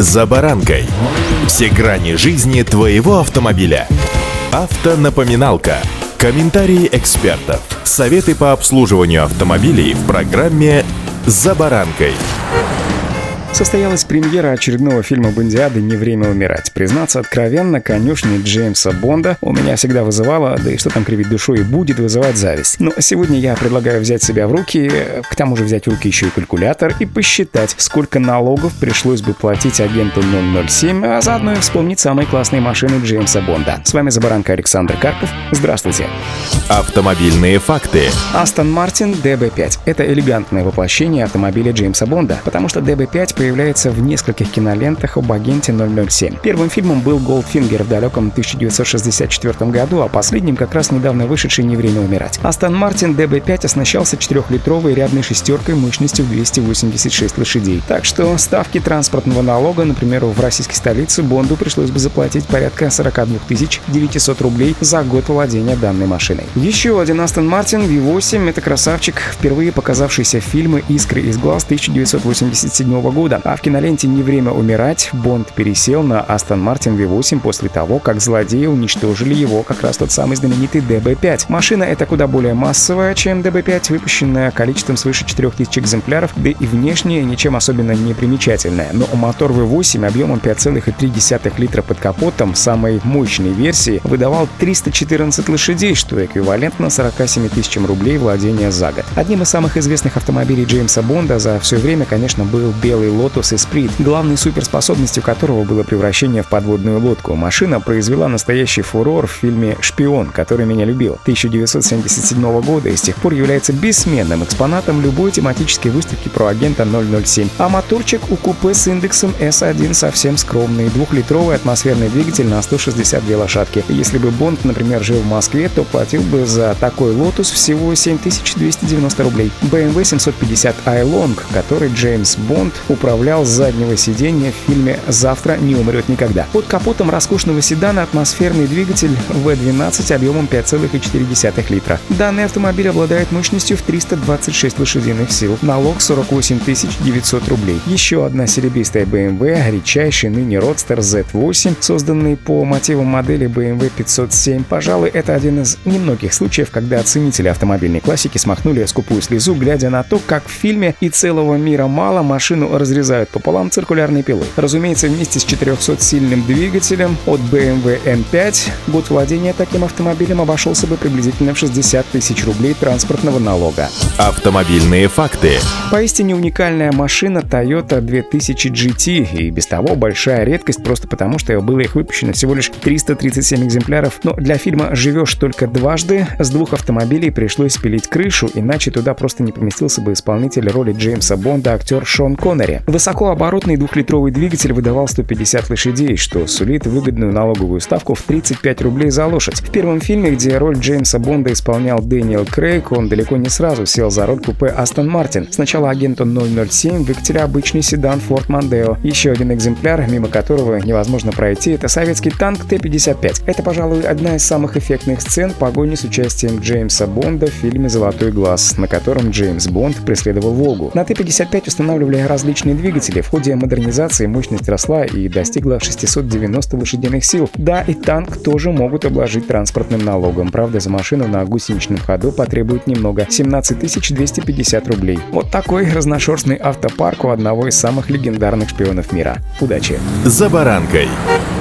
«За баранкой». Все грани жизни твоего автомобиля. Автонапоминалка. Комментарии экспертов. Советы по обслуживанию автомобилей в программе «За баранкой». Состоялась премьера очередного фильма Бондиады «Не время умирать». Признаться откровенно, конюшня Джеймса Бонда у меня всегда вызывала, да и что там кривить душой, будет вызывать зависть. Но сегодня я предлагаю взять себя в руки, к тому же взять в руки еще и калькулятор и посчитать, сколько налогов пришлось бы платить агенту 007, а заодно и вспомнить самые классные машины Джеймса Бонда. С вами «За баранкой» Александр Карпов. Здравствуйте. Автомобильные факты. Астон Мартин DB5 — это элегантное воплощение автомобиля Джеймса Бонда, потому что DB5 появляется в нескольких кинолентах об агенте 007. Первым фильмом был «Голдфингер» в далеком 1964 году, а последним как раз недавно вышедший «Не время умирать». Астон Мартин DB5 оснащался 4-литровой рядной шестеркой мощностью в 286 лошадей. Так что ставки транспортного налога, например, в российской столице Бонду пришлось бы заплатить порядка 42 900 рублей за год владения данной машиной. Еще один Астон Мартин V8 — это красавчик, впервые показавшийся в фильме «Искры из глаз» 1987 года. А в киноленте «Не время умирать» Бонд пересел на Астон Мартин V8 после того, как злодеи уничтожили его, как раз тот самый знаменитый DB5. Машина эта куда более массовая, чем DB5, выпущенная количеством свыше 4000 экземпляров, да и внешне ничем особенно не примечательная. Но мотор V8 объемом 5,3 литра под капотом самой мощной версии выдавал 314 лошадей, что эквивалентно 47 тысячам рублей владения за год. Одним из самых известных автомобилей Джеймса Бонда за все время, конечно, был белый Lotus Esprit, главной суперспособностью которого было превращение в подводную лодку. Машина произвела настоящий фурор в фильме «Шпион», который меня любил, 1977 года, и с тех пор является бессменным экспонатом любой тематической выставки про агента 007. А моторчик у купе с индексом S1 совсем скромный, 2-литровый атмосферный двигатель на 162 лошадки. Если бы Бонд, например, жил в Москве, то платил бы за такой Lotus всего 7290 рублей. BMW 750 i-Long, который Джеймс Бонд управлял с заднего сиденья в фильме «Завтра не умрет никогда». Под капотом роскошного седана атмосферный двигатель V12 объемом 5,4 литра. Данный автомобиль обладает мощностью в 326 лошадиных сил. Налог 48 900 рублей. Еще одна серебристая BMW, редчайший ныне Roadster Z8, созданный по мотивам модели BMW 507. Пожалуй, это один из немногих случаев, когда ценители автомобильной классики смахнули скупую слезу, глядя на то, как в фильме «И целого мира мало» машину разрезают пополам циркулярной пилой. Разумеется, вместе с 400-сильным двигателем от BMW M5 год владения таким автомобилем обошелся бы приблизительно в 60 тысяч рублей транспортного налога. Автомобильные факты. Поистине уникальная машина Toyota 2000 GT, и без того большая редкость, просто потому что было их выпущено всего лишь 337 экземпляров. Но для фильма «Живешь только дважды» с двух автомобилей пришлось пилить крышу, иначе туда просто не поместился бы исполнитель роли Джеймса Бонда, актер Шон Коннери. Высокооборотный 2-литровый двигатель выдавал 150 лошадей, что сулит выгодную налоговую ставку в 35 рублей за лошадь. В первом фильме, где роль Джеймса Бонда исполнял Дэниел Крейг, он далеко не сразу сел за руль купе Астон Мартин. Сначала агенту 007 выкатили обычный седан Ford Mondeo. Еще один экземпляр, мимо которого невозможно пройти, это советский танк Т-55. Это, пожалуй, одна из самых эффектных сцен погони с участием Джеймса Бонда в фильме «Золотой глаз», на котором Джеймс Бонд преследовал Волгу. На Т-55 устанавливали различные двигатели. В ходе модернизации мощность росла и достигла 690 лошадиных сил. Да, и танк тоже могут обложить транспортным налогом. Правда, за машину на гусеничном ходу потребует немного — 17 250 рублей. Вот такой разношерстный автопарк у одного из самых легендарных шпионов мира. Удачи! «За баранкой».